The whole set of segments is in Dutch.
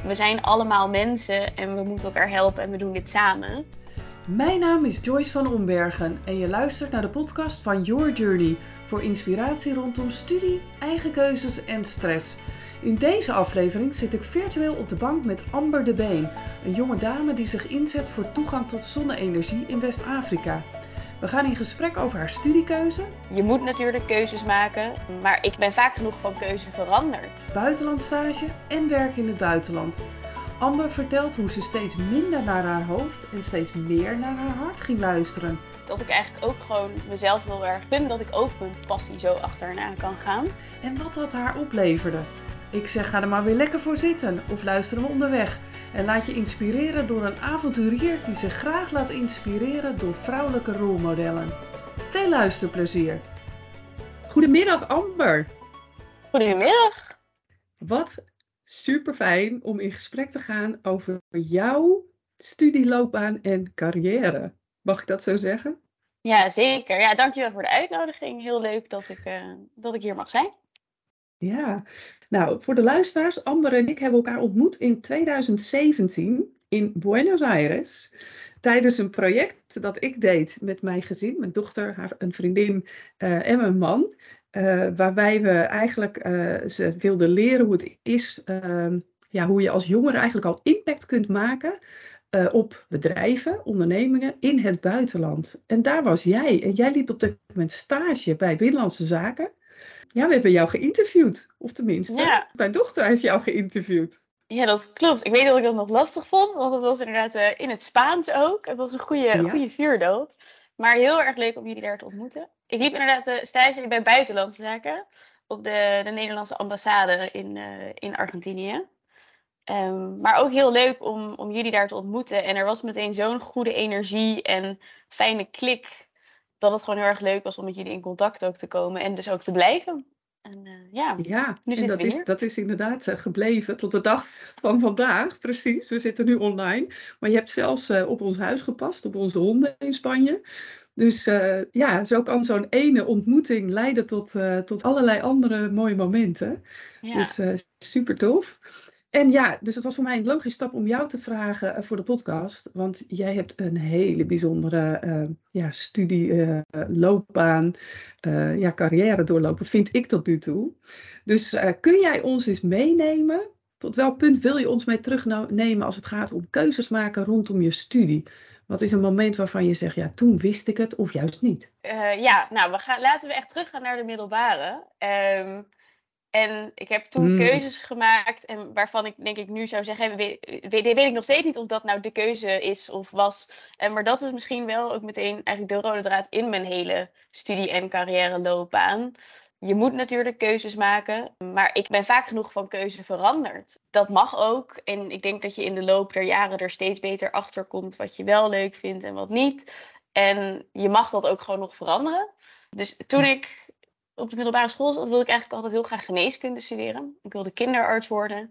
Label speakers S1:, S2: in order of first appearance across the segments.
S1: We zijn allemaal mensen en we moeten elkaar helpen en we doen dit samen.
S2: Mijn naam is Joyce van Ombergen en je luistert naar de podcast van Your Journey voor inspiratie rondom studie, eigen keuzes en stress. In deze aflevering zit ik virtueel op de bank met Amber de Been, een jonge dame die zich inzet voor toegang tot zonne-energie in West-Afrika. We gaan in gesprek over haar studiekeuze.
S1: Je moet natuurlijk keuzes maken, maar ik ben vaak genoeg van keuze veranderd.
S2: Buitenlandstage en werk in het buitenland. Amber vertelt hoe ze steeds minder naar haar hoofd en steeds meer naar haar hart ging luisteren.
S1: Dat ik eigenlijk ook gewoon mezelf heel erg vind, dat ik ook mijn passie zo achterna kan gaan.
S2: En wat dat haar opleverde. Ik zeg, ga er maar weer lekker voor zitten of luister hem onderweg. En laat je inspireren door een avonturier die zich graag laat inspireren door vrouwelijke rolmodellen. Veel luisterplezier. Goedemiddag Amber.
S1: Goedemiddag.
S2: Wat super fijn om in gesprek te gaan over jouw studieloopbaan en carrière. Mag ik dat zo zeggen?
S1: Ja, zeker. Ja, dankjewel voor de uitnodiging. Heel leuk dat ik hier mag zijn.
S2: Ja, nou voor de luisteraars, Amber en ik hebben elkaar ontmoet in 2017 in Buenos Aires. Tijdens een project dat ik deed met mijn gezin, mijn dochter, een vriendin en mijn man. Waarbij we eigenlijk ze wilden leren hoe het is, hoe je als jongere eigenlijk al impact kunt maken op bedrijven, ondernemingen in het buitenland. En daar was jij. En jij liep op dat moment stage bij Binnenlandse Zaken. Ja, we hebben jou geïnterviewd. Of tenminste,
S1: Ja.
S2: Mijn dochter heeft jou geïnterviewd.
S1: Ja, dat klopt. Ik weet dat ik dat nog lastig vond, want het was inderdaad in het Spaans ook. Het was een goede vuurdoop. Maar heel erg leuk om jullie daar te ontmoeten. Ik liep inderdaad stage bij Buitenlandse Zaken op de Nederlandse ambassade in Argentinië. Maar ook heel leuk om jullie daar te ontmoeten. En er was meteen zo'n goede energie en fijne klik, dat het gewoon heel erg leuk was om met jullie in contact ook te komen en dus ook te blijven. En nu zitten we hier.
S2: Dat is inderdaad gebleven tot de dag van vandaag, precies. We zitten nu online, maar je hebt zelfs op ons huis gepast, op onze honden in Spanje. Dus zo kan zo'n ene ontmoeting leiden tot allerlei andere mooie momenten.
S1: Ja.
S2: Dus super tof. En ja, dus het was voor mij een logische stap om jou te vragen voor de podcast. Want jij hebt een hele bijzondere studieloopbaan, carrière doorlopen, vind ik tot nu toe. Dus kun jij ons eens meenemen? Tot welk punt wil je ons mee terugnemen als het gaat om keuzes maken rondom je studie? Wat is een moment waarvan je zegt, ja, toen wist ik het of juist niet?
S1: Laten we echt teruggaan naar de middelbare. En ik heb toen keuzes gemaakt en waarvan ik denk ik nu zou zeggen, weet ik nog steeds niet of dat nou de keuze is of was. Maar dat is misschien wel ook meteen eigenlijk de rode draad in mijn hele studie- en carrière-loopbaan. Je moet natuurlijk keuzes maken, maar ik ben vaak genoeg van keuze veranderd. Dat mag ook en ik denk dat je in de loop der jaren er steeds beter achter komt wat je wel leuk vindt en wat niet. En je mag dat ook gewoon nog veranderen. Dus toen ik op de middelbare school zat, wilde ik eigenlijk altijd heel graag geneeskunde studeren. Ik wilde kinderarts worden.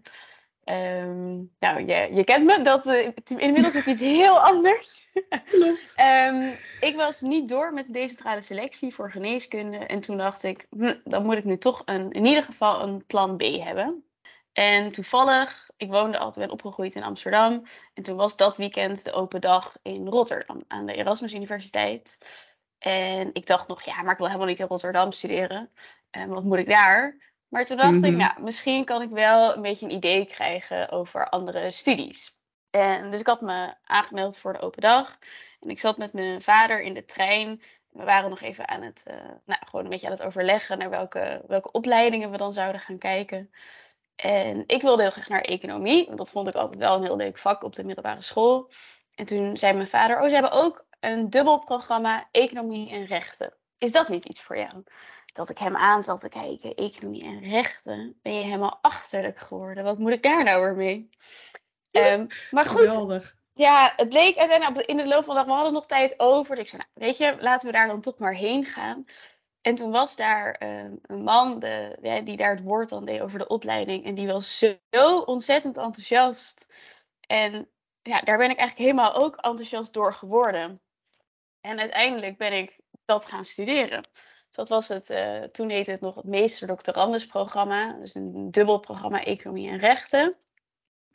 S1: Je kent me, inmiddels ook iets heel anders.
S2: Klopt.
S1: Ik was niet door met de decentrale selectie voor geneeskunde. En toen dacht ik, dan moet ik nu toch in ieder geval een plan B hebben. En toevallig, ik ben opgegroeid in Amsterdam. En toen was dat weekend de open dag in Rotterdam aan de Erasmus Universiteit. En ik dacht nog, maar ik wil helemaal niet in Rotterdam studeren. Wat moet ik daar? Maar toen dacht ik, misschien kan ik wel een beetje een idee krijgen over andere studies. En dus ik had me aangemeld voor de open dag. En ik zat met mijn vader in de trein. We waren nog even aan het, gewoon een beetje aan het overleggen naar welke opleidingen we dan zouden gaan kijken. En ik wilde heel graag naar economie, want dat vond ik altijd wel een heel leuk vak op de middelbare school. En toen zei mijn vader, ze hebben ook een dubbel programma economie en rechten. Is dat niet iets voor jou? Dat ik hem aan zat te kijken, economie en rechten, ben je helemaal achterlijk geworden. Wat moet ik daar nou weer mee? Maar goed,
S2: geweldig.
S1: Ja, het bleek uiteindelijk in de loop van de dag, we hadden nog tijd over. Dus ik zei, weet je, laten we daar dan toch maar heen gaan. En toen was daar een man die daar het woord dan deed over de opleiding. En die was zo ontzettend enthousiast. En ja, daar ben ik eigenlijk helemaal ook enthousiast door geworden. En uiteindelijk ben ik dat gaan studeren. Dat was toen heette het nog het meester-doctorandusprogramma. Dus een dubbel programma economie en rechten.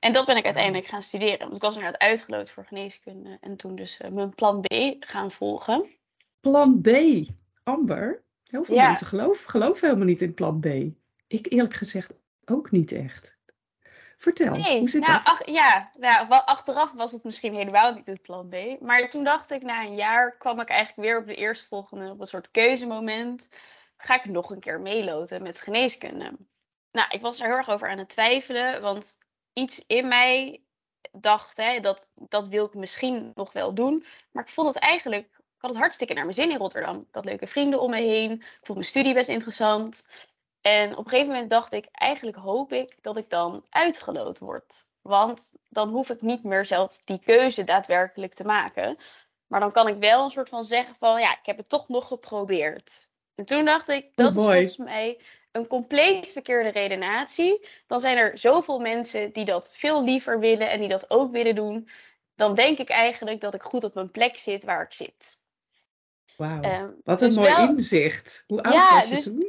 S1: En dat ben ik uiteindelijk gaan studeren. Want ik was inderdaad uitgeloot voor geneeskunde. En toen dus mijn plan B gaan volgen.
S2: Plan B, Amber. Heel veel
S1: Ja,
S2: mensen geloven helemaal niet in plan B. Ik eerlijk gezegd ook niet echt. Vertel, hoe
S1: nee.
S2: zit
S1: Nou,
S2: dat?
S1: achteraf was het misschien helemaal niet het plan B. Maar toen dacht ik, na een jaar kwam ik eigenlijk weer op de eerstvolgende, op een soort keuzemoment. Ga ik nog een keer meeloten met geneeskunde? Nou, ik was er heel erg over aan het twijfelen. Want iets in mij dacht, dat wil ik misschien nog wel doen. Maar ik vond het eigenlijk, ik had het hartstikke naar mijn zin in Rotterdam. Ik had leuke vrienden om me heen. Ik vond mijn studie best interessant. En op een gegeven moment dacht ik, eigenlijk hoop ik dat ik dan uitgeloot word. Want dan hoef ik niet meer zelf die keuze daadwerkelijk te maken. Maar dan kan ik wel een soort van zeggen van, ja, ik heb het toch nog geprobeerd. En toen dacht ik,
S2: Oh,
S1: dat is
S2: mooi.
S1: volgens mij een compleet verkeerde redenatie. Dan zijn er zoveel mensen die dat veel liever willen en die dat ook willen doen. Dan denk ik eigenlijk dat ik goed op mijn plek zit waar ik zit.
S2: Wauw, wat een
S1: Dus
S2: mooi
S1: wel,
S2: inzicht. Hoe oud
S1: ja,
S2: was je
S1: dus
S2: toen?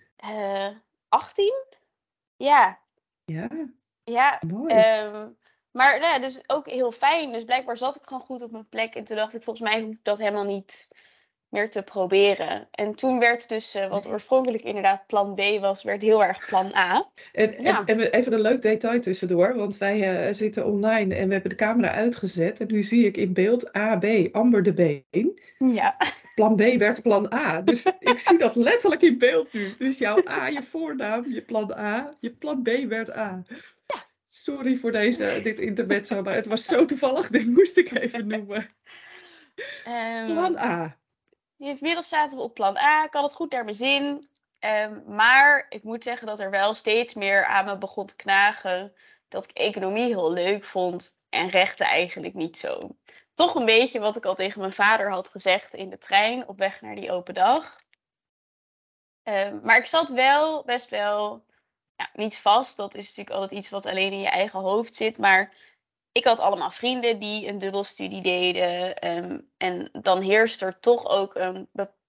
S1: 18? Ja,
S2: Ja,
S1: ja.
S2: mooi.
S1: Maar nou ja, dus ook heel fijn. Dus blijkbaar zat ik gewoon goed op mijn plek. En toen dacht ik, volgens mij hoef ik dat helemaal niet meer te proberen. En toen werd dus, wat oorspronkelijk inderdaad plan B was, werd heel erg plan A. Ja,
S2: En even een leuk detail tussendoor, want wij zitten online en we hebben de camera uitgezet. En nu zie ik in beeld AB, Amber de Been.
S1: ja.
S2: Plan B werd plan A. Dus ik zie dat letterlijk in beeld nu. Dus jouw A, je voornaam, je plan A, je plan B werd A. Sorry voor dit intermezzo, maar het was zo toevallig. Dit moest ik even noemen. Plan A.
S1: Inmiddels zaten we op plan A. Ik had het goed naar mijn zin. Maar ik moet zeggen dat er wel steeds meer aan me begon te knagen. Dat ik economie heel leuk vond en rechten eigenlijk niet zo. Toch een beetje wat ik al tegen mijn vader had gezegd in de trein op weg naar die open dag. Maar ik zat wel best wel niet vast. Dat is natuurlijk altijd iets wat alleen in je eigen hoofd zit. Maar ik had allemaal vrienden die een dubbelstudie deden. En dan heerst er toch ook een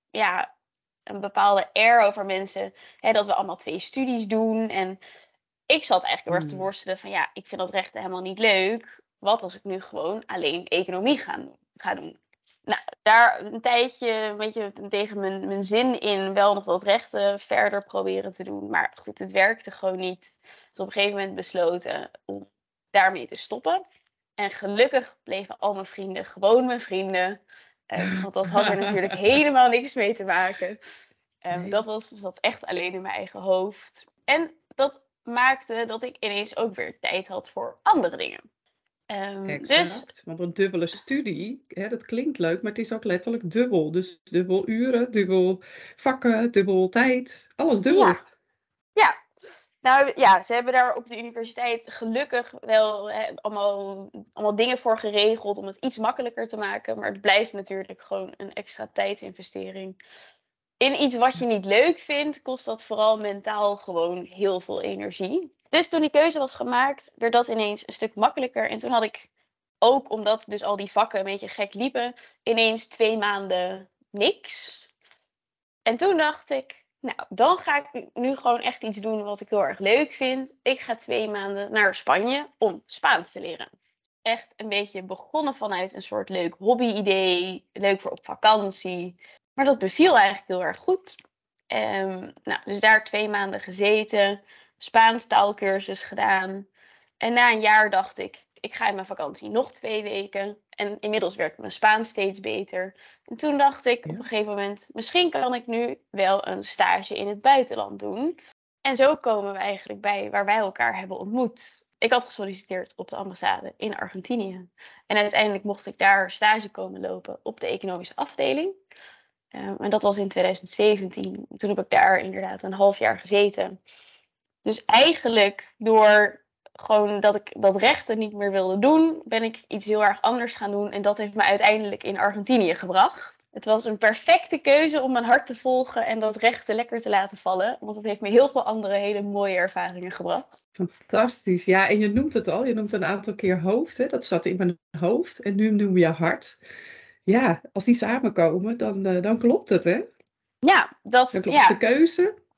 S1: bepaalde air over mensen. Hè, dat we allemaal 2 studies doen. En ik zat eigenlijk heel erg te worstelen van ja, ik vind dat rechten helemaal niet leuk. Wat als ik nu gewoon alleen economie ga doen? Nou, daar een tijdje een beetje tegen mijn zin in wel nog dat rechten verder proberen te doen. Maar goed, het werkte gewoon niet. Dus op een gegeven moment besloten om daarmee te stoppen. En gelukkig bleven al mijn vrienden gewoon mijn vrienden. Want dat had er natuurlijk helemaal niks mee te maken.
S2: Nee.
S1: Dat zat echt alleen in mijn eigen hoofd. En dat maakte dat ik ineens ook weer tijd had voor andere dingen.
S2: Exact, want een dubbele studie, dat klinkt leuk, maar het is ook letterlijk dubbel. Dus dubbel uren, dubbel vakken, dubbel tijd, alles dubbel.
S1: Ja. Nou ja, ze hebben daar op de universiteit gelukkig wel allemaal dingen voor geregeld om het iets makkelijker te maken. Maar het blijft natuurlijk gewoon een extra tijdsinvestering. In iets wat je niet leuk vindt, kost dat vooral mentaal gewoon heel veel energie. Dus toen die keuze was gemaakt, werd dat ineens een stuk makkelijker. En toen had ik ook, omdat dus al die vakken een beetje gek liepen, ineens 2 maanden niks. En toen dacht ik, nou, dan ga ik nu gewoon echt iets doen wat ik heel erg leuk vind. Ik ga 2 maanden naar Spanje om Spaans te leren. Echt een beetje begonnen vanuit een soort leuk hobby-idee. Leuk voor op vakantie. Maar dat beviel eigenlijk heel erg goed. Dus daar 2 maanden gezeten. Spaans taalkursus gedaan. En na een jaar dacht ik ga in mijn vakantie nog 2 weken. En inmiddels werd mijn Spaans steeds beter. En toen dacht ik op een gegeven moment, misschien kan ik nu wel een stage in het buitenland doen. En zo komen we eigenlijk bij waar wij elkaar hebben ontmoet. Ik had gesolliciteerd op de ambassade in Argentinië. En uiteindelijk mocht ik daar stage komen lopen op de economische afdeling. En dat was in 2017. Toen heb ik daar inderdaad een half jaar gezeten. Dus eigenlijk door gewoon dat ik dat rechten niet meer wilde doen, ben ik iets heel erg anders gaan doen. En dat heeft me uiteindelijk in Argentinië gebracht. Het was een perfecte keuze om mijn hart te volgen en dat rechten lekker te laten vallen. Want het heeft me heel veel andere hele mooie ervaringen gebracht.
S2: Fantastisch. Ja, en je noemt het al. Je noemt een aantal keer hoofd. Hè? Dat zat in mijn hoofd. En nu noem je hart. Ja, als die samenkomen, dan klopt het, hè?
S1: Ja,
S2: Dan klopt de keuze.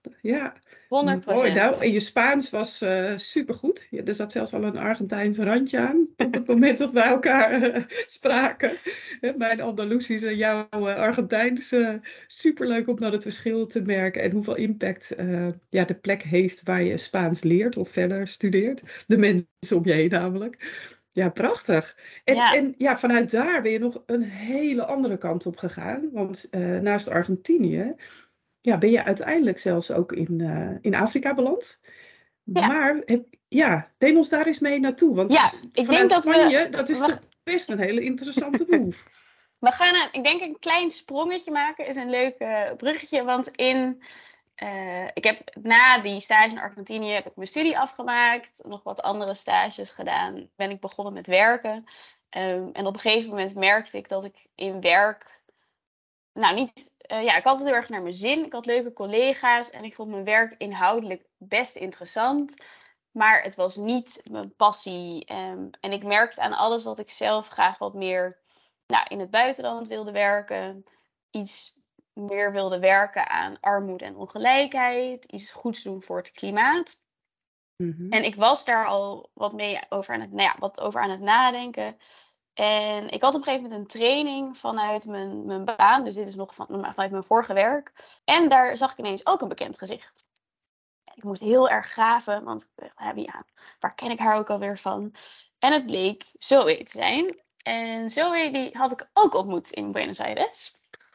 S2: Ja,
S1: 100%.
S2: mooi. Nou, en je Spaans was supergoed. Ja, er zat zelfs al een Argentijns randje aan op het moment dat wij elkaar spraken. Mijn Andalusisch en jouw Argentijns. Superleuk om naar het verschil te merken en hoeveel impact de plek heeft waar je Spaans leert of verder studeert. De mensen om je heen namelijk. Ja, prachtig. En ja, vanuit daar ben je nog een hele andere kant op gegaan. Want naast Argentinië ben je uiteindelijk zelfs ook in Afrika beland.
S1: Ja.
S2: Maar neem ons daar eens mee naartoe. Want
S1: ik
S2: vanuit
S1: denk dat
S2: Spanje, dat is toch best een hele interessante move.
S1: We gaan ik denk een klein sprongetje maken, is een leuk bruggetje. Want ik heb na die stage in Argentinië heb ik mijn studie afgemaakt. Nog wat andere stages gedaan. Ben ik begonnen met werken. En op een gegeven moment merkte ik dat ik in werk... Nou, niet... ik had het heel erg naar mijn zin. Ik had leuke collega's. En ik vond mijn werk inhoudelijk best interessant. Maar het was niet mijn passie. En ik merkte aan alles dat ik zelf graag wat meer in het buitenland wilde werken. Iets meer wilde werken aan armoede en ongelijkheid. Iets goeds doen voor het klimaat.
S2: Mhm.
S1: En ik was daar al wat over aan het nadenken. En ik had op een gegeven moment een training vanuit mijn baan. Dus dit is nog vanuit mijn vorige werk. En daar zag ik ineens ook een bekend gezicht. Ik moest heel erg graven, want ik dacht, waar ken ik haar ook alweer van? En het bleek Zoe te zijn. En Zoe die had ik ook ontmoet in Buenos Aires.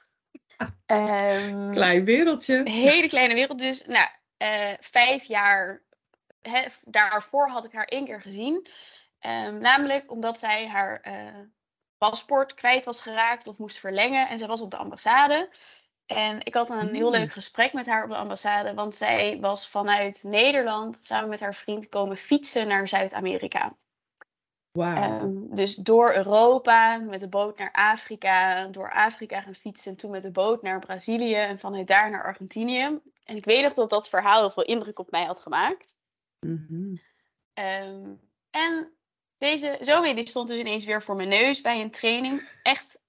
S2: Klein wereldje.
S1: Een hele kleine wereld. Dus 5 jaar daarvoor had ik haar 1 keer gezien. Namelijk omdat zij haar paspoort kwijt was geraakt of moest verlengen. En zij was op de ambassade. En ik had een heel leuk gesprek met haar op de ambassade. Want zij was vanuit Nederland samen met haar vriend komen fietsen naar Zuid-Amerika.
S2: Wauw.
S1: Dus door Europa, met de boot naar Afrika. Door Afrika gaan fietsen en toen met de boot naar Brazilië. En vanuit daar naar Argentinië. En ik weet nog dat dat verhaal heel veel indruk op mij had gemaakt.
S2: Mhm.
S1: En deze Zoe die stond dus ineens weer voor mijn neus bij een training. Echt,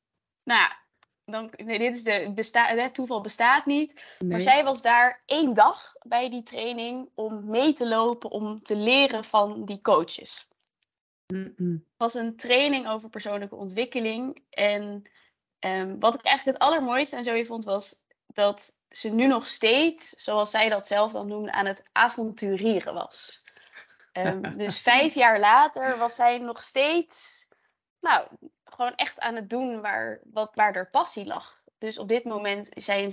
S1: dit is het toeval bestaat niet.
S2: Nee.
S1: Maar zij was daar 1 dag bij die training om mee te lopen, om te leren van die coaches.
S2: Mm-mm.
S1: Het was een training over persoonlijke ontwikkeling. En wat ik eigenlijk het allermooiste aan Zoe vond, was dat ze nu nog steeds, zoals zij dat zelf dan noemde, aan het avonturieren was. Dus 5 jaar later was zij nog steeds, gewoon echt aan het doen waar haar passie lag. Dus op dit moment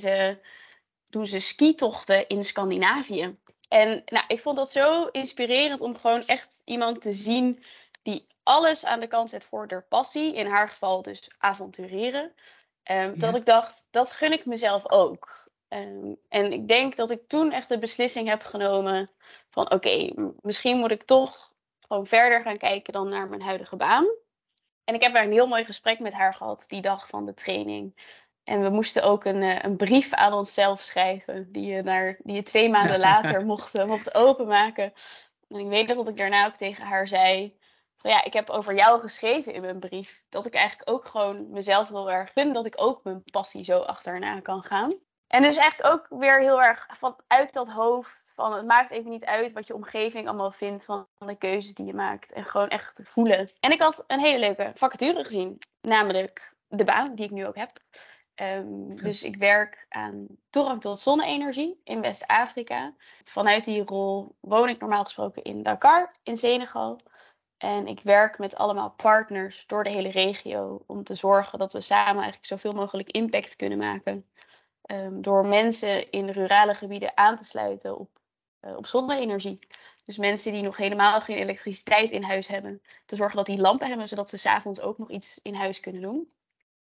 S1: doen ze skitochten in Scandinavië. En ik vond dat zo inspirerend om gewoon echt iemand te zien die alles aan de kant zet voor haar passie. In haar geval dus avontureren. Dat ik dacht, dat gun ik mezelf ook. En ik denk dat ik toen echt de beslissing heb genomen van oké, misschien moet ik toch gewoon verder gaan kijken dan naar mijn huidige baan. En ik heb daar een heel mooi gesprek met haar gehad die dag van de training. En we moesten ook een brief aan onszelf schrijven die je 2 maanden later mocht openmaken. En ik weet nog dat ik daarna ook tegen haar zei van ik heb over jou geschreven in mijn brief. Dat ik eigenlijk ook gewoon mezelf heel erg gun dat ik ook mijn passie zo achterna kan gaan. En dus eigenlijk ook weer heel erg vanuit dat hoofd van het maakt even niet uit wat je omgeving allemaal vindt van de keuzes die je maakt. En gewoon echt voelen. En ik had een hele leuke vacature gezien. Namelijk de baan die ik nu ook heb. Dus ik werk aan toegang tot zonne-energie in West-Afrika. Vanuit die rol woon ik normaal gesproken in Dakar in Senegal. En ik werk met allemaal partners door de hele regio om te zorgen dat we samen eigenlijk zoveel mogelijk impact kunnen maken. Door mensen in rurale gebieden aan te sluiten op zonne-energie. Dus mensen die nog helemaal geen elektriciteit in huis hebben. Te zorgen dat die lampen hebben, zodat ze 's avonds ook nog iets in huis kunnen doen.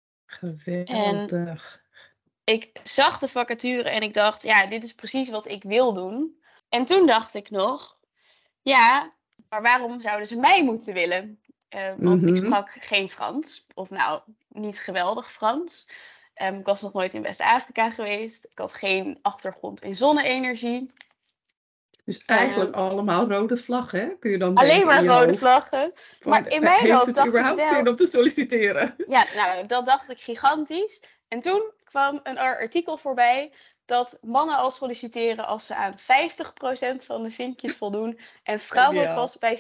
S2: Geweldig.
S1: En ik zag de vacature en ik dacht, dit is precies wat ik wil doen. En toen dacht ik nog, maar waarom zouden ze mij moeten willen? Want ik sprak geen Frans. Of niet geweldig Frans. Ik was nog nooit in West-Afrika geweest. Ik had geen achtergrond in zonne-energie.
S2: Dus eigenlijk allemaal rode vlaggen, hè? Kun je dan
S1: alleen
S2: denken
S1: maar rode vlaggen. Maar in mijn hoofd dacht ik wel...
S2: Heeft het überhaupt zin om te solliciteren?
S1: Ja, dat dacht ik gigantisch. En toen kwam een artikel voorbij dat mannen al solliciteren als ze aan 50% van de vinkjes voldoen. En vrouwen pas bij 95%.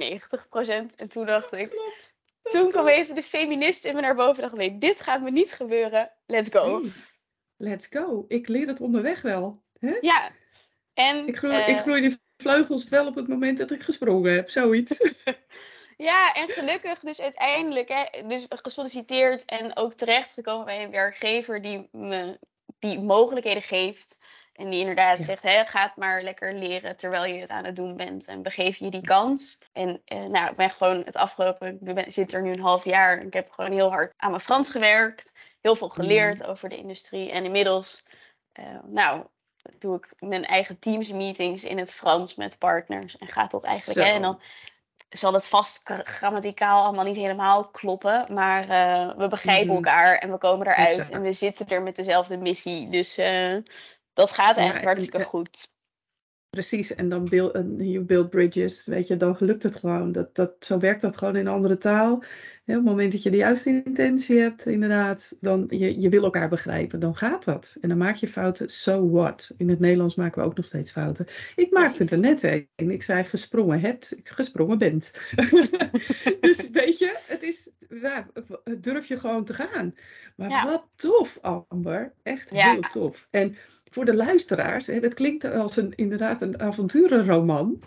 S1: En toen dacht ik...
S2: Klopt.
S1: Toen kwam even de feminist in me naar boven en dacht nee, dit gaat me niet gebeuren. Let's go.
S2: Hey, let's go. Ik leer het onderweg wel. Hè?
S1: Ja. En,
S2: ik groei de vleugels wel op het moment dat ik gesprongen heb. Zoiets.
S1: Ja, en gelukkig dus uiteindelijk dus gesolliciteerd en ook terechtgekomen bij een werkgever die me die mogelijkheden geeft. En die inderdaad zegt, ga maar lekker leren terwijl je het aan het doen bent. En begeef je die kans. En ik ben gewoon ik zit er nu een half jaar. En ik heb gewoon heel hard aan mijn Frans gewerkt. Heel veel geleerd over de industrie. En inmiddels, doe ik mijn eigen Teams meetings in het Frans met partners. En gaat dat eigenlijk, en dan zal het vast grammaticaal allemaal niet helemaal kloppen. Maar we begrijpen elkaar en we komen eruit. Exact. En we zitten er met dezelfde missie. Dus dat gaat eigenlijk hartstikke goed.
S2: Precies, en dan you build bridges, weet je, dan lukt het gewoon. Zo werkt dat gewoon in een andere taal. Ja, op het moment dat je de juiste intentie hebt, inderdaad, dan je wil elkaar begrijpen, dan gaat dat. En dan maak je fouten, so what? In het Nederlands maken we ook nog steeds fouten. Ik maakte er net een. Ik zei gesprongen bent. Dus weet je, durf je gewoon te gaan. Maar wat tof, Amber. Echt heel tof. En voor de luisteraars, dat klinkt als inderdaad een avonturenroman.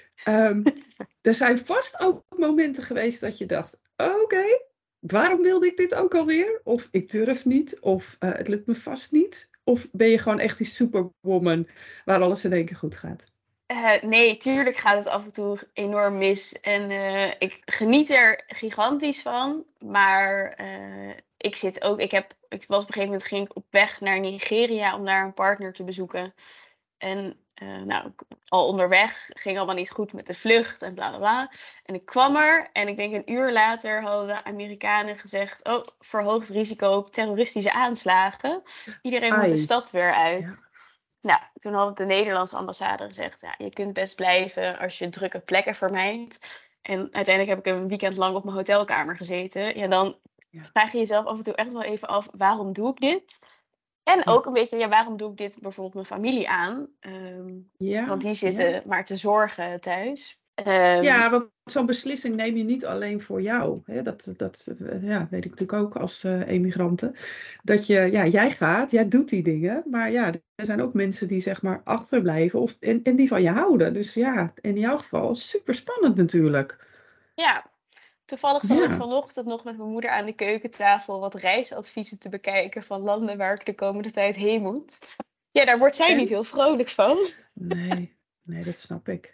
S2: Er zijn vast ook momenten geweest dat je dacht, oké, waarom wilde ik dit ook alweer? Of ik durf niet, of het lukt me vast niet. Of ben je gewoon echt die superwoman waar alles in één keer goed gaat?
S1: Nee, tuurlijk gaat het af en toe enorm mis. En ik geniet er gigantisch van. Maar ik was op een gegeven moment ging ik op weg naar Nigeria om daar een partner te bezoeken. En al onderweg ging allemaal niet goed met de vlucht en bla bla bla. En ik kwam er en ik denk een uur later hadden de Amerikanen gezegd, verhoogd risico op terroristische aanslagen. Iedereen moet de stad weer uit. Ja. Nou, toen had de Nederlandse ambassade gezegd, je kunt best blijven als je drukke plekken vermijdt. En uiteindelijk heb ik een weekend lang op mijn hotelkamer gezeten. Ja, dan vraag je jezelf af en toe echt wel even af, waarom doe ik dit? En ook een beetje, waarom doe ik dit bijvoorbeeld mijn familie aan? Want die zitten maar te zorgen thuis.
S2: Want zo'n beslissing neem je niet alleen voor jou. Hè? Dat weet ik natuurlijk ook als emigrante. Dat jij gaat, jij doet die dingen. Maar er zijn ook mensen die zeg maar achterblijven en die van je houden. Dus in jouw geval super spannend natuurlijk.
S1: Ja, toevallig zat ik vanochtend nog met mijn moeder aan de keukentafel wat reisadviezen te bekijken van landen waar ik de komende tijd heen moet. Ja, daar wordt zij niet heel vrolijk van.
S2: Nee, dat snap ik.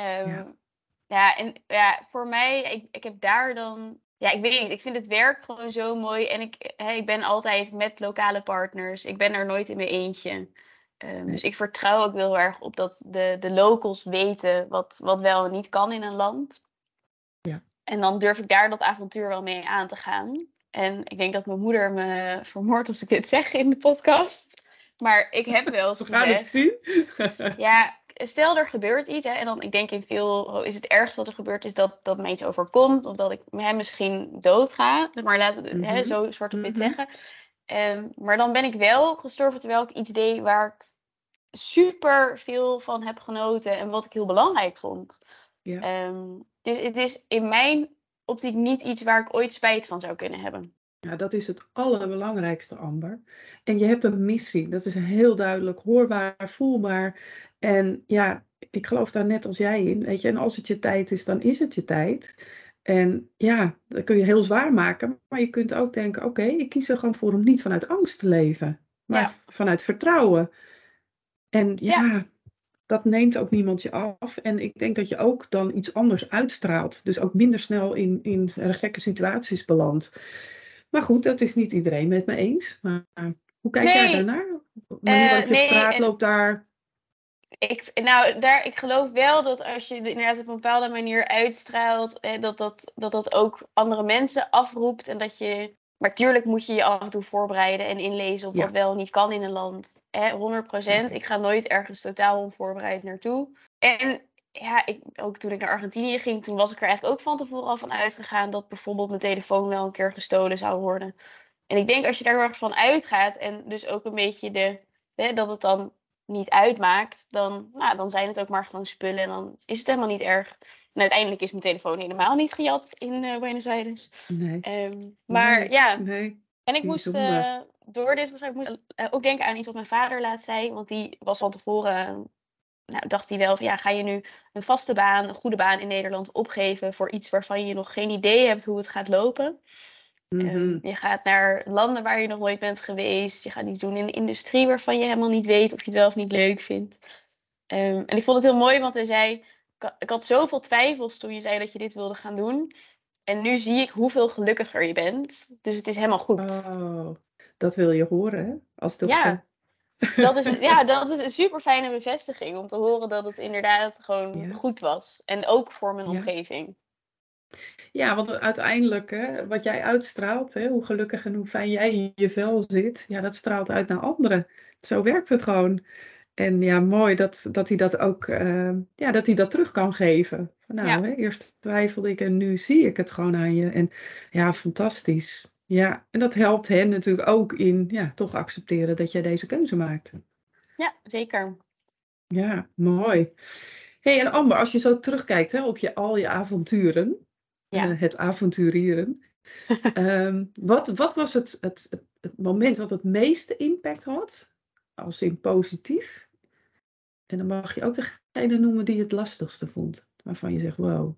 S1: Voor mij, ik heb daar dan... Ja, ik weet niet, ik vind het werk gewoon zo mooi. En ik ben altijd met lokale partners. Ik ben er nooit in mijn eentje. Dus ik vertrouw ook heel erg op dat de locals weten wat wel en niet kan in een land.
S2: Ja.
S1: En dan durf ik daar dat avontuur wel mee aan te gaan. En ik denk dat mijn moeder me vermoordt als ik dit zeg in de podcast. Maar ik heb wel eens gezegd...
S2: We gaan het zien.
S1: Stel er gebeurt iets. En dan, ik denk in veel is het ergste wat er gebeurt is dat mij iets overkomt. Of dat ik misschien doodga. Maar laten we zo zwart op wit zeggen. Maar dan ben ik wel gestorven terwijl ik iets deed waar ik super veel van heb genoten. En wat ik heel belangrijk vond.
S2: Ja.
S1: Dus het is in mijn optiek niet iets waar ik ooit spijt van zou kunnen hebben.
S2: Ja, dat is het allerbelangrijkste, Amber. En je hebt een missie. Dat is heel duidelijk, hoorbaar, voelbaar. En ik geloof daar net als jij in. Weet je, en als het je tijd is, dan is het je tijd. En dat kun je heel zwaar maken. Maar je kunt ook denken, oké, ik kies er gewoon voor om niet vanuit angst te leven. Maar vanuit vertrouwen. En dat neemt ook niemand je af. En ik denk dat je ook dan iets anders uitstraalt. Dus ook minder snel in gekke situaties belandt. Maar goed, dat is niet iedereen met me eens. Maar hoe kijk jij daarnaar? De manier waarop je op straat loopt daar...
S1: Ik geloof wel dat als je inderdaad op een bepaalde manier uitstraalt, dat ook andere mensen afroept. En dat je... Maar tuurlijk moet je je af en toe voorbereiden en inlezen op wat wel en niet kan in een land. 100%. Ik ga nooit ergens totaal onvoorbereid naartoe. En ook toen ik naar Argentinië ging, toen was ik er eigenlijk ook van tevoren al van uitgegaan dat bijvoorbeeld mijn telefoon wel een keer gestolen zou worden. En ik denk als je daar heel erg van uitgaat en dus ook een beetje dat het dan niet uitmaakt, dan zijn het ook maar gewoon spullen en dan is het helemaal niet erg. En uiteindelijk is mijn telefoon helemaal niet gejat in Buenos Aires.
S2: Nee,
S1: Maar
S2: nee,
S1: en ik moest
S2: bijzonder.
S1: door dit gesprek ook denken aan iets wat mijn vader laatst zei. Want die was van tevoren, dacht hij wel van ga je nu een vaste baan, een goede baan in Nederland opgeven voor iets waarvan je nog geen idee hebt hoe het gaat lopen.
S2: Mhm.
S1: Je gaat naar landen waar je nog nooit bent geweest. Je gaat iets doen in de industrie waarvan je helemaal niet weet of je het wel of niet leuk vindt. En ik vond het heel mooi, want hij zei, ik had zoveel twijfels toen je zei dat je dit wilde gaan doen. En nu zie ik hoeveel gelukkiger je bent. Dus het is helemaal goed.
S2: Oh, dat wil je horen, hè? Als dochter.
S1: Ja, dat is een super fijne bevestiging om te horen dat het inderdaad gewoon
S2: Ja,
S1: goed was. En ook voor mijn
S2: ja.
S1: omgeving.
S2: Ja, want uiteindelijk, hè, wat jij uitstraalt, hè, hoe gelukkig en hoe fijn jij in je vel zit, ja, dat straalt uit naar anderen. Zo werkt het gewoon. En ja, mooi dat hij dat ook, dat hij dat terug kan geven. Van,
S1: Ja,
S2: nou, hè, eerst twijfelde ik en nu zie ik het gewoon aan je. En ja, fantastisch. Ja, en dat helpt hen natuurlijk ook in, ja, toch accepteren dat jij deze keuze maakt.
S1: ja, zeker.
S2: Ja, mooi. Hey, en Amber, als je zo terugkijkt, hè, op al je avonturen,
S1: Ja.
S2: het avonturieren. Wat was het moment wat het meeste impact had? Als in positief. En dan mag je ook degene noemen die het lastigste vond. Waarvan je zegt, wow.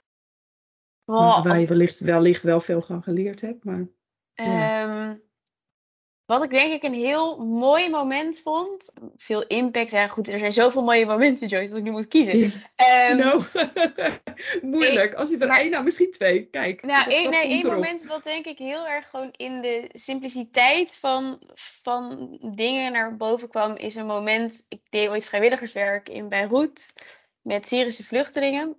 S2: Maar
S1: Oh,
S2: waar je wellicht wel veel van geleerd hebt. Maar ja.
S1: ehm, wat ik denk ik een heel mooi moment vond. Veel impact. Ja, goed, er zijn zoveel mooie momenten, Joyce, dat ik nu moet kiezen.
S2: Ja.
S1: Ehm,
S2: Nou,
S1: ik-
S2: moeilijk. Als je er
S1: maar
S2: één, nou misschien twee. Kijk, wat komt
S1: één
S2: erop?
S1: moment wat denk ik heel erg gewoon in de simpliciteit van dingen naar boven kwam, is een moment. Ik deed ooit vrijwilligerswerk in Beirut met Syrische vluchtelingen.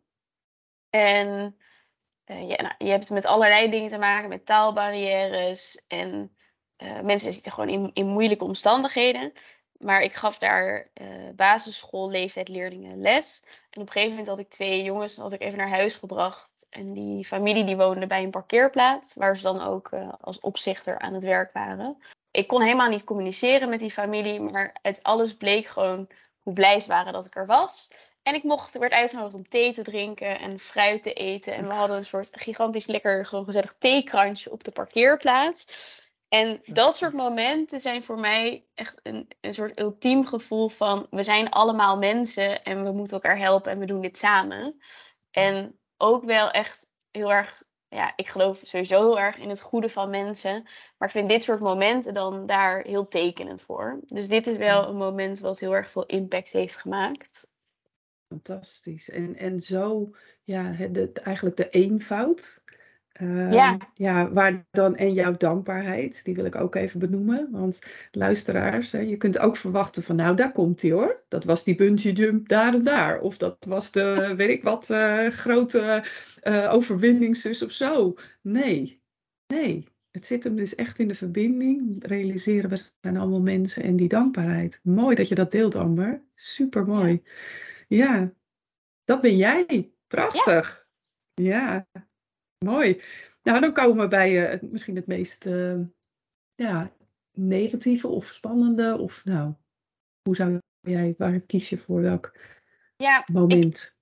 S1: En je hebt met allerlei dingen te maken, met taalbarrières en mensen zitten gewoon in moeilijke omstandigheden. Maar ik gaf daar basisschoolleeftijdleerlingen les. En op een gegeven moment had ik 2 jongens, had ik even naar huis gebracht. En die familie die woonde bij een parkeerplaats, waar ze dan ook als opzichter aan het werk waren. Ik kon helemaal niet communiceren met die familie, maar uit alles bleek gewoon hoe blij ze waren dat ik er was. En ik werd uitgenodigd om thee te drinken en fruit te eten. En we hadden een soort gigantisch lekker, gewoon gezellig theekransje op de parkeerplaats. En dat soort momenten zijn voor mij echt een soort ultiem gevoel van we zijn allemaal mensen en we moeten elkaar helpen en we doen dit samen. En ook wel echt heel erg, ik geloof sowieso heel erg in het goede van mensen. Maar ik vind dit soort momenten dan daar heel tekenend voor. Dus dit is wel een moment wat heel erg veel impact heeft gemaakt.
S2: Fantastisch. En zo, ja, eigenlijk de eenvoud.
S1: Ja,
S2: Ja, waar dan en jouw dankbaarheid, die wil ik ook even benoemen. Want luisteraars, hè, je kunt ook verwachten van, nou, daar komt hij hoor. Dat was die bungee jump daar en daar. Of dat was de, weet ik wat, grote overwinningszus of zo. Nee, nee. Het zit hem dus echt in de verbinding. Realiseren, we zijn allemaal mensen en die dankbaarheid. Mooi dat je dat deelt, Amber. Super
S1: ja,
S2: mooi. Ja, dat ben jij.
S1: ja.
S2: Prachtig. Ja, mooi. Nou, dan komen we bij misschien het meest ja, negatieve of spannende. Of nou, hoe zou jij, waar kies je voor welk
S1: Ja,
S2: moment?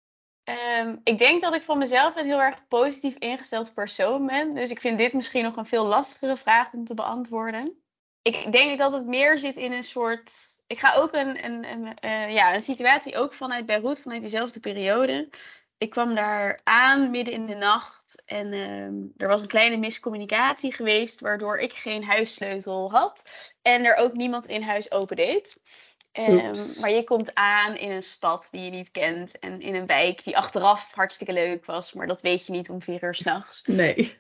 S1: ik denk dat ik van mezelf een heel erg positief ingesteld persoon ben. Dus ik vind dit misschien nog een veel lastigere vraag om te beantwoorden. Ik denk dat het meer zit in een soort. Ik ga ook een situatie ook vanuit Beirut, vanuit diezelfde periode. Ik kwam daar aan midden in de nacht en er was een kleine miscommunicatie geweest, waardoor ik geen huissleutel had en er ook niemand in huis opendeed. Maar
S2: Oeps.
S1: je komt aan in een stad die je niet kent en in een wijk die achteraf hartstikke leuk was, maar dat weet je niet om 4 uur 's nachts.
S2: Nee.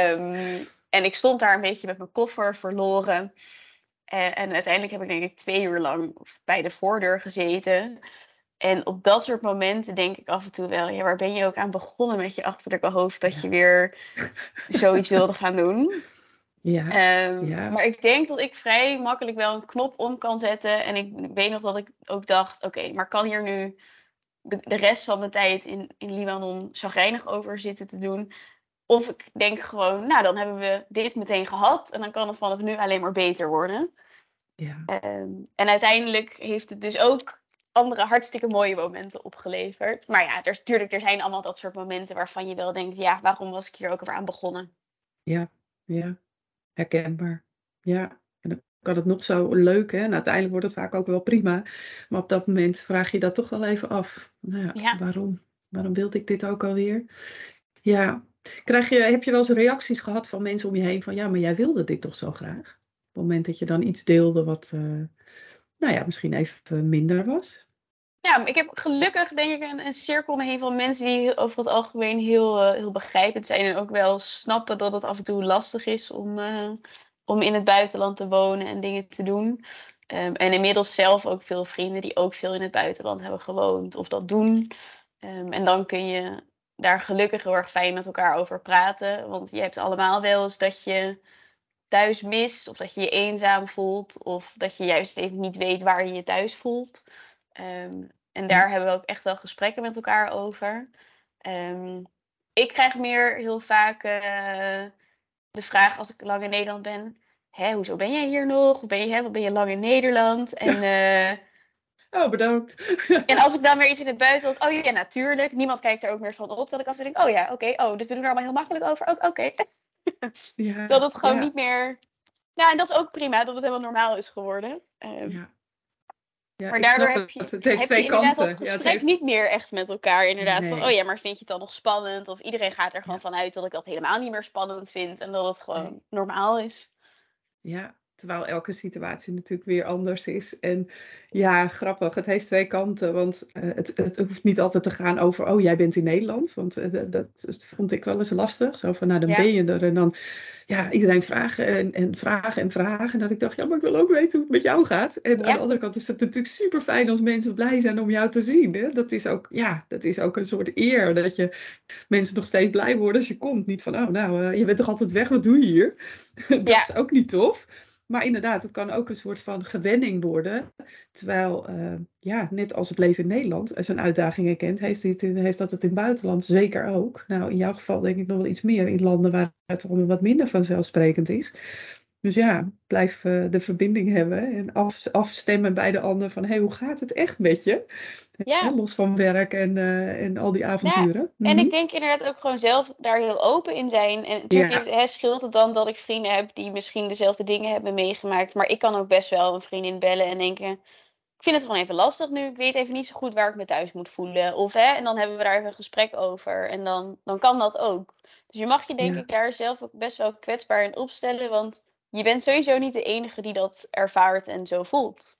S1: En ik stond daar een beetje met mijn koffer verloren. En uiteindelijk heb ik denk ik 2 uur lang bij de voordeur gezeten. En op dat soort momenten denk ik af en toe wel, ja, waar ben je ook aan begonnen met je achterlijke hoofd dat
S2: Ja,
S1: je weer zoiets wilde gaan doen?
S2: ja, ja.
S1: Maar ik denk dat ik vrij makkelijk wel een knop om kan zetten. En ik weet nog dat ik ook dacht, oké, maar kan hier nu de rest van mijn tijd in Libanon chagrijnig over zitten te doen? Of ik denk gewoon, nou dan hebben we dit meteen gehad en dan kan het vanaf nu alleen maar beter worden.
S2: Ja.
S1: En uiteindelijk heeft het dus ook andere hartstikke mooie momenten opgeleverd. Maar ja, er zijn allemaal dat soort momenten waarvan je wel denkt, ja, waarom was ik hier ook weer aan begonnen?
S2: Ja, ja, herkenbaar. Ja, en dan kan het nog zo leuk, hè? En uiteindelijk wordt het vaak ook wel prima. Maar op dat moment vraag je dat toch wel even af. Nou ja,
S1: Ja.
S2: waarom wilde ik dit ook alweer? Ja. Heb je wel eens reacties gehad van mensen om je heen van, ja, maar jij wilde dit toch zo graag? Op het moment dat je dan iets deelde wat, nou ja, misschien even minder was?
S1: Ja, ik heb gelukkig denk ik een cirkel om me heen van mensen die over het algemeen heel begrijpend zijn. En ook wel snappen dat het af en toe lastig is om in het buitenland te wonen en dingen te doen. En inmiddels zelf ook veel vrienden die ook veel in het buitenland hebben gewoond of dat doen. En dan kun je daar gelukkig heel erg fijn met elkaar over praten. Want je hebt allemaal wel eens dat je thuis mist, of dat je je eenzaam voelt, of dat je juist even niet weet waar je je thuis voelt. En
S2: Ja.
S1: daar hebben we ook echt wel gesprekken met elkaar over. Ik krijg meer heel vaak de vraag als ik lang in Nederland ben: hè, hoezo ben jij hier nog? Wat ben je lang in Nederland?
S2: Oh, bedankt.
S1: En als ik dan weer iets in het buitenland, oh ja, natuurlijk. Niemand kijkt er ook meer van op. Dat ik af en toe denk, oh ja, oké. Oh, dus we doen er allemaal heel makkelijk over. Ook oké.
S2: Ja,
S1: Dat het gewoon
S2: ja,
S1: niet meer. Ja, en dat is ook prima, dat het helemaal normaal is geworden.
S2: ja. Ja,
S1: Maar
S2: ik
S1: daardoor
S2: snap
S1: heb
S2: het.
S1: je,
S2: Het heeft
S1: heb je
S2: twee
S1: inderdaad dat
S2: kanten. Ja, het
S1: gesprek
S2: heeft...
S1: niet meer echt met elkaar. Inderdaad, van, oh
S2: Nee.
S1: ja, maar vind je het dan nog spannend? Of iedereen gaat er gewoon
S2: Ja,
S1: vanuit dat ik dat helemaal niet meer spannend vind. En dat het
S2: nee.
S1: gewoon normaal is.
S2: Ja, terwijl elke situatie natuurlijk weer anders is. En ja, grappig, het heeft twee kanten. Want het hoeft niet altijd te gaan over, oh, jij bent in Nederland. Want dat vond ik wel eens lastig. Zo van, nou, dan
S1: Ja,
S2: ben je er. En dan, ja, iedereen vragen en vragen en vragen. En dat ik dacht, ja, maar ik wil ook weten hoe het met jou gaat. En aan de
S1: ja,
S2: andere kant is het natuurlijk super fijn als mensen blij zijn om jou te zien. Hè? Dat is ook, ja, dat is ook een soort eer. Dat je mensen nog steeds blij worden als je komt. Niet van, oh, nou, je bent toch altijd weg, wat doe je hier? Dat
S1: ja,
S2: is ook niet tof. Maar inderdaad, het kan ook een soort van gewenning worden. Terwijl, ja, net als het leven in Nederland zijn uitdagingen kent, heeft dat het in het buitenland zeker ook. Nou, in jouw geval denk ik nog wel iets meer in landen waar het allemaal wat minder vanzelfsprekend is. Dus ja, blijf de verbinding hebben en afstemmen bij de ander van, hé, hoe gaat het echt met je? Hè,
S1: ja.
S2: los van werk en al die
S1: Ja,
S2: avonturen.
S1: en
S2: Mhm.
S1: ik denk inderdaad ook gewoon zelf daar heel open in zijn. En natuurlijk
S2: Ja,
S1: scheelt het dan dat ik vrienden heb die misschien dezelfde dingen hebben meegemaakt. Maar ik kan ook best wel een vriendin bellen en denken: ik vind het gewoon even lastig nu. Ik weet even niet zo goed waar ik me thuis moet voelen. Of en dan hebben we daar even een gesprek over. En dan kan dat ook. Dus je mag je denk
S2: ja.
S1: ik daar zelf ook best wel kwetsbaar in opstellen. Want je bent sowieso niet de enige die dat ervaart en zo voelt.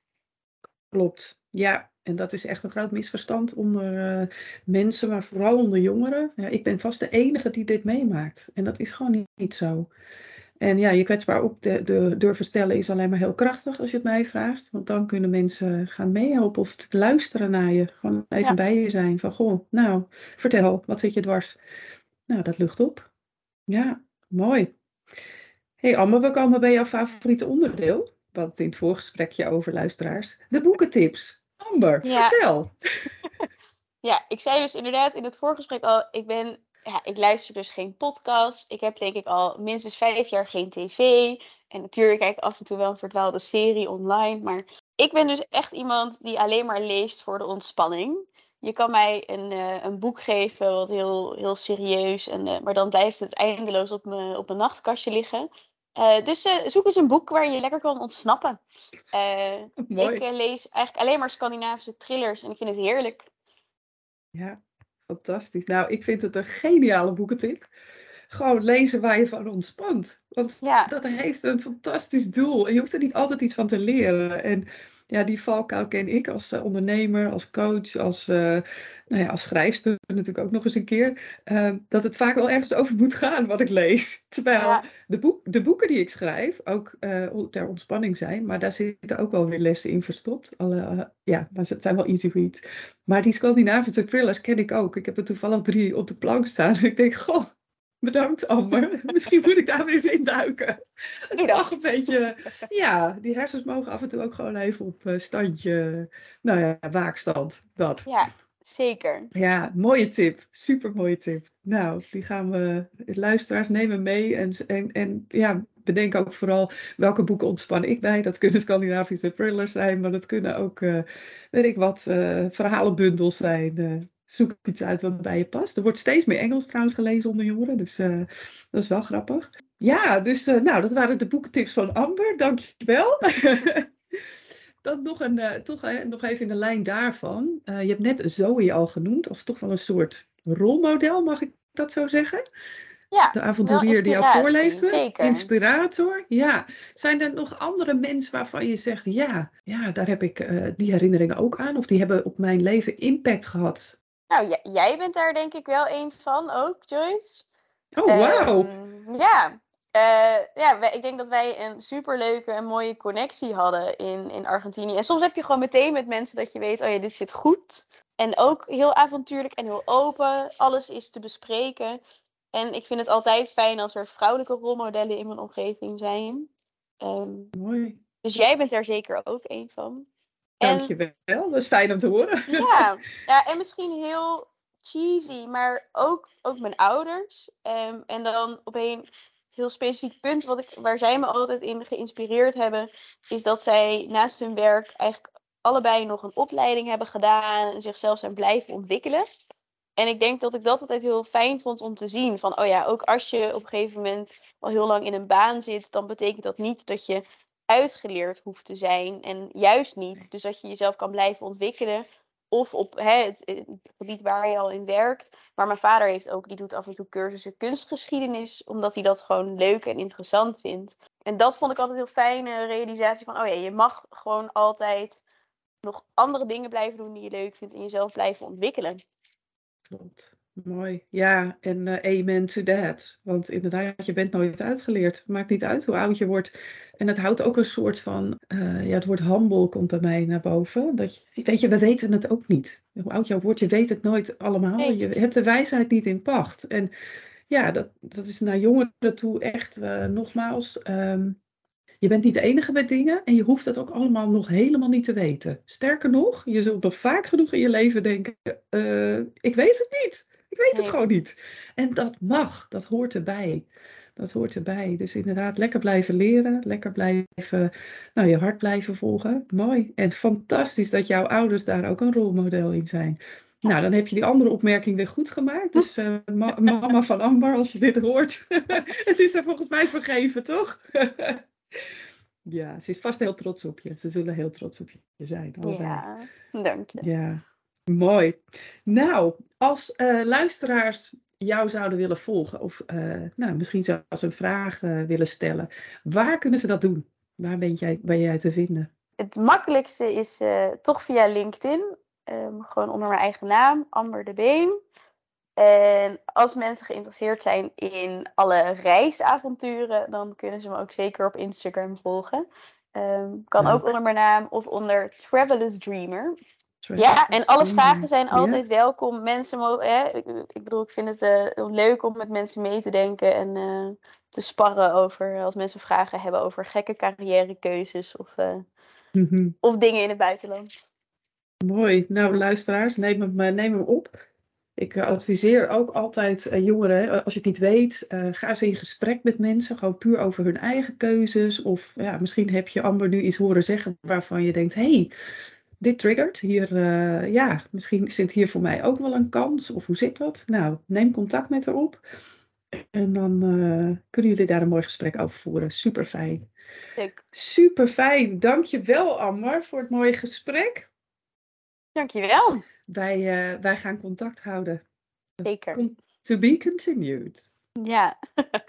S2: Klopt, ja. En dat is echt een groot misverstand onder mensen, maar vooral onder jongeren. Ja, ik ben vast de enige die dit meemaakt. En dat is gewoon niet zo. En ja, je kwetsbaar op durven stellen is alleen maar heel krachtig als je het mij vraagt. Want dan kunnen mensen gaan meehelpen of luisteren naar je. Gewoon even
S1: Ja,
S2: bij je zijn. Van, goh, nou, vertel, wat zit je dwars? Nou, dat lucht op. Ja, mooi. Hey Amme, we komen bij jouw favoriete onderdeel. We hadden het in het voorgesprekje over luisteraars. De boekentips. Amber,
S1: ja.
S2: vertel.
S1: Ja, ik zei dus inderdaad in het voorgesprek al, ik luister dus geen podcast. Ik heb denk ik al minstens 5 jaar geen tv. En natuurlijk kijk ik af en toe wel een verdwaalde serie online. Maar ik ben dus echt iemand die alleen maar leest voor de ontspanning. Je kan mij een boek geven wat heel serieus, maar dan blijft het eindeloos op mijn nachtkastje liggen. Dus zoek eens een boek waar je lekker kan ontsnappen. Ik
S2: Mooi.
S1: lees eigenlijk alleen maar Scandinavische thrillers en ik vind het heerlijk.
S2: Ja, fantastisch. Nou, ik vind het een geniale boekentip. Gewoon lezen waar je van ontspant. Want
S1: Ja,
S2: dat heeft een fantastisch doel. En je hoeft er niet altijd iets van te leren. En ja, die valkuil ken ik als ondernemer, als coach, nou ja, als schrijfster natuurlijk ook nog eens een keer. Dat het vaak wel ergens over moet gaan wat ik lees. Terwijl
S1: ja,
S2: de boeken die ik schrijf ook ter ontspanning zijn. Maar daar zitten ook wel weer lessen in verstopt. Ja, maar het zijn wel easy reads. Maar die Scandinavische thrillers ken ik ook. Ik heb er toevallig 3 op de plank staan. En ik denk, goh, bedankt Amber. Misschien moet ik daar weer eens induiken. Het
S1: doe
S2: mag een
S1: dat.
S2: beetje... Ja, die hersens mogen af en toe ook gewoon even op standje... Nou ja, waakstand. Dat.
S1: Ja, zeker.
S2: Ja, mooie tip. Super mooie tip. Nou, die gaan we... Luisteraars nemen mee. En ja, bedenk ook vooral welke boeken ontspan ik bij. Dat kunnen Scandinavische thrillers zijn, maar dat kunnen ook, weet ik wat, verhalenbundels zijn. Zoek iets uit wat bij je past. Er wordt steeds meer Engels trouwens gelezen onder jongeren, dus dat is wel grappig. Ja, dus nou, dat waren de boekentips van Amber. Dankjewel. Dan nog even in de lijn daarvan. Je hebt net Zoe al genoemd als toch wel een soort rolmodel, mag ik dat zo zeggen?
S1: Ja,
S2: de avonturier die jou voorleefde.
S1: Zeker.
S2: Inspirator. Ja. Zijn er nog andere mensen waarvan je zegt, ja daar heb ik die herinneringen ook aan. Of die hebben op mijn leven impact gehad.
S1: Nou, jij bent daar denk ik wel een van ook, Joyce.
S2: Oh, wauw.
S1: Ik denk dat wij een superleuke en mooie connectie hadden in Argentinië. En soms heb je gewoon meteen met mensen dat je weet, oh ja, dit zit goed. En ook heel avontuurlijk en heel open. Alles is te bespreken. En ik vind het altijd fijn als er vrouwelijke rolmodellen in mijn omgeving zijn.
S2: Mooi.
S1: Dus jij bent daar zeker ook een van.
S2: Dankjewel, dat is fijn om te horen.
S1: Ja, en misschien heel cheesy, maar ook mijn ouders. En dan op een heel specifiek punt waar zij me altijd in geïnspireerd hebben, is dat zij naast hun werk eigenlijk allebei nog een opleiding hebben gedaan en zichzelf zijn blijven ontwikkelen. En ik denk dat ik dat altijd heel fijn vond om te zien. Van, oh ja, ook als je op een gegeven moment al heel lang in een baan zit, dan betekent dat niet dat je uitgeleerd hoeft te zijn. En juist niet. Dus dat je jezelf kan blijven ontwikkelen. Of op het gebied waar je al in werkt. Maar mijn vader die doet af en toe cursussen kunstgeschiedenis. Omdat hij dat gewoon leuk en interessant vindt. En dat vond ik altijd een heel fijne realisatie van, oh ja, je mag gewoon altijd nog andere dingen blijven doen die je leuk vindt. En jezelf blijven ontwikkelen.
S2: Klopt. Mooi. Ja, en amen to that. Want inderdaad, je bent nooit uitgeleerd. Maakt niet uit hoe oud je wordt. En het houdt ook een soort van, het woord humble komt bij mij naar boven. Weet je, we weten het ook niet. Hoe oud je ook wordt, je weet het nooit allemaal.
S1: Nee.
S2: Je hebt de wijsheid niet in pacht. En ja, dat is naar jongeren toe echt, nogmaals, je bent niet de enige met dingen en je hoeft het ook allemaal nog helemaal niet te weten. Sterker nog, je zult nog vaak genoeg in je leven denken, ik weet het niet. Ik weet het gewoon niet. En dat mag, dat hoort erbij. Dat hoort erbij. Dus inderdaad, lekker blijven leren, lekker blijven, je hart blijven volgen. Mooi. En fantastisch dat jouw ouders daar ook een rolmodel in zijn. Nou, dan heb je die andere opmerking weer goed gemaakt. Dus mama van Amber, als je dit hoort, het is er volgens mij vergeven, toch? Ja, ze is vast heel trots op je. Ze zullen heel trots op je zijn. Allebei.
S1: Ja, dank je.
S2: Ja, mooi. Nou, als luisteraars jou zouden willen volgen of misschien zelfs een vraag willen stellen, waar kunnen ze dat doen? Waar ben jij te vinden?
S1: Het makkelijkste is toch via LinkedIn. Gewoon onder mijn eigen naam, Amber de Been. En als mensen geïnteresseerd zijn in alle reisavonturen, dan kunnen ze me ook zeker op Instagram volgen. Kan ook onder mijn naam of onder Travelers Dreamer. En alle vragen zijn altijd welkom. Mensen mogen, ik bedoel, ik vind het leuk om met mensen mee te denken en te sparren over, als mensen vragen hebben over gekke carrièrekeuzes of dingen in het buitenland.
S2: Mooi. Nou, luisteraars, neem hem op. Ik adviseer ook altijd jongeren, als je het niet weet, ga eens in gesprek met mensen, gewoon puur over hun eigen keuzes. Of misschien heb je Amber nu iets horen zeggen waarvan je denkt, hey, dit triggert. Hier, misschien zit hier voor mij ook wel een kans. Of hoe zit dat? Nou, neem contact met haar op. En dan kunnen jullie daar een mooi gesprek over voeren. Super fijn.
S1: Leuk.
S2: Super fijn. Dank je wel, Amber, voor het mooie gesprek.
S1: Dank je wel.
S2: Wij gaan contact houden.
S1: Zeker.
S2: To be continued.
S1: Ja.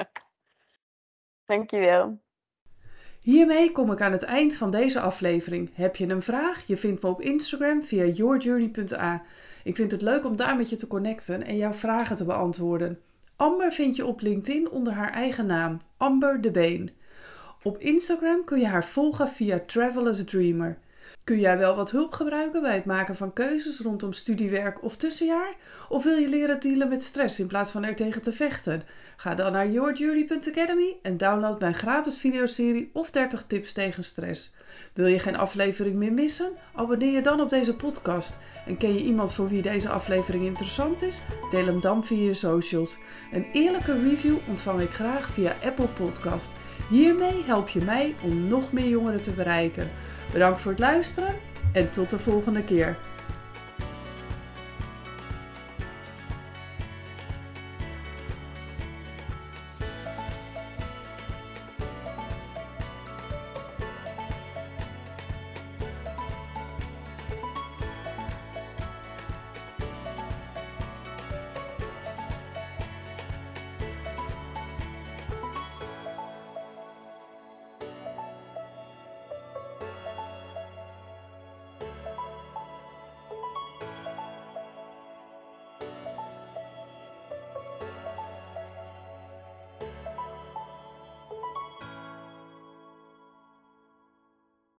S1: Dank je wel.
S2: Hiermee kom ik aan het eind van deze aflevering. Heb je een vraag? Je vindt me op Instagram via yourjourney.a. Ik vind het leuk om daar met je te connecten en jouw vragen te beantwoorden. Amber vind je op LinkedIn onder haar eigen naam, Amber de Been. Op Instagram kun je haar volgen via Travelers Dreamer. Kun jij wel wat hulp gebruiken bij het maken van keuzes rondom studiewerk of tussenjaar? Of wil je leren dealen met stress in plaats van er tegen te vechten? Ga dan naar yourjourney.academy en download mijn gratis videoserie of 30 tips tegen stress. Wil je geen aflevering meer missen? Abonneer je dan op deze podcast. En ken je iemand voor wie deze aflevering interessant is? Deel hem dan via je socials. Een eerlijke review ontvang ik graag via Apple Podcast. Hiermee help je mij om nog meer jongeren te bereiken. Bedankt voor het luisteren en tot de volgende keer.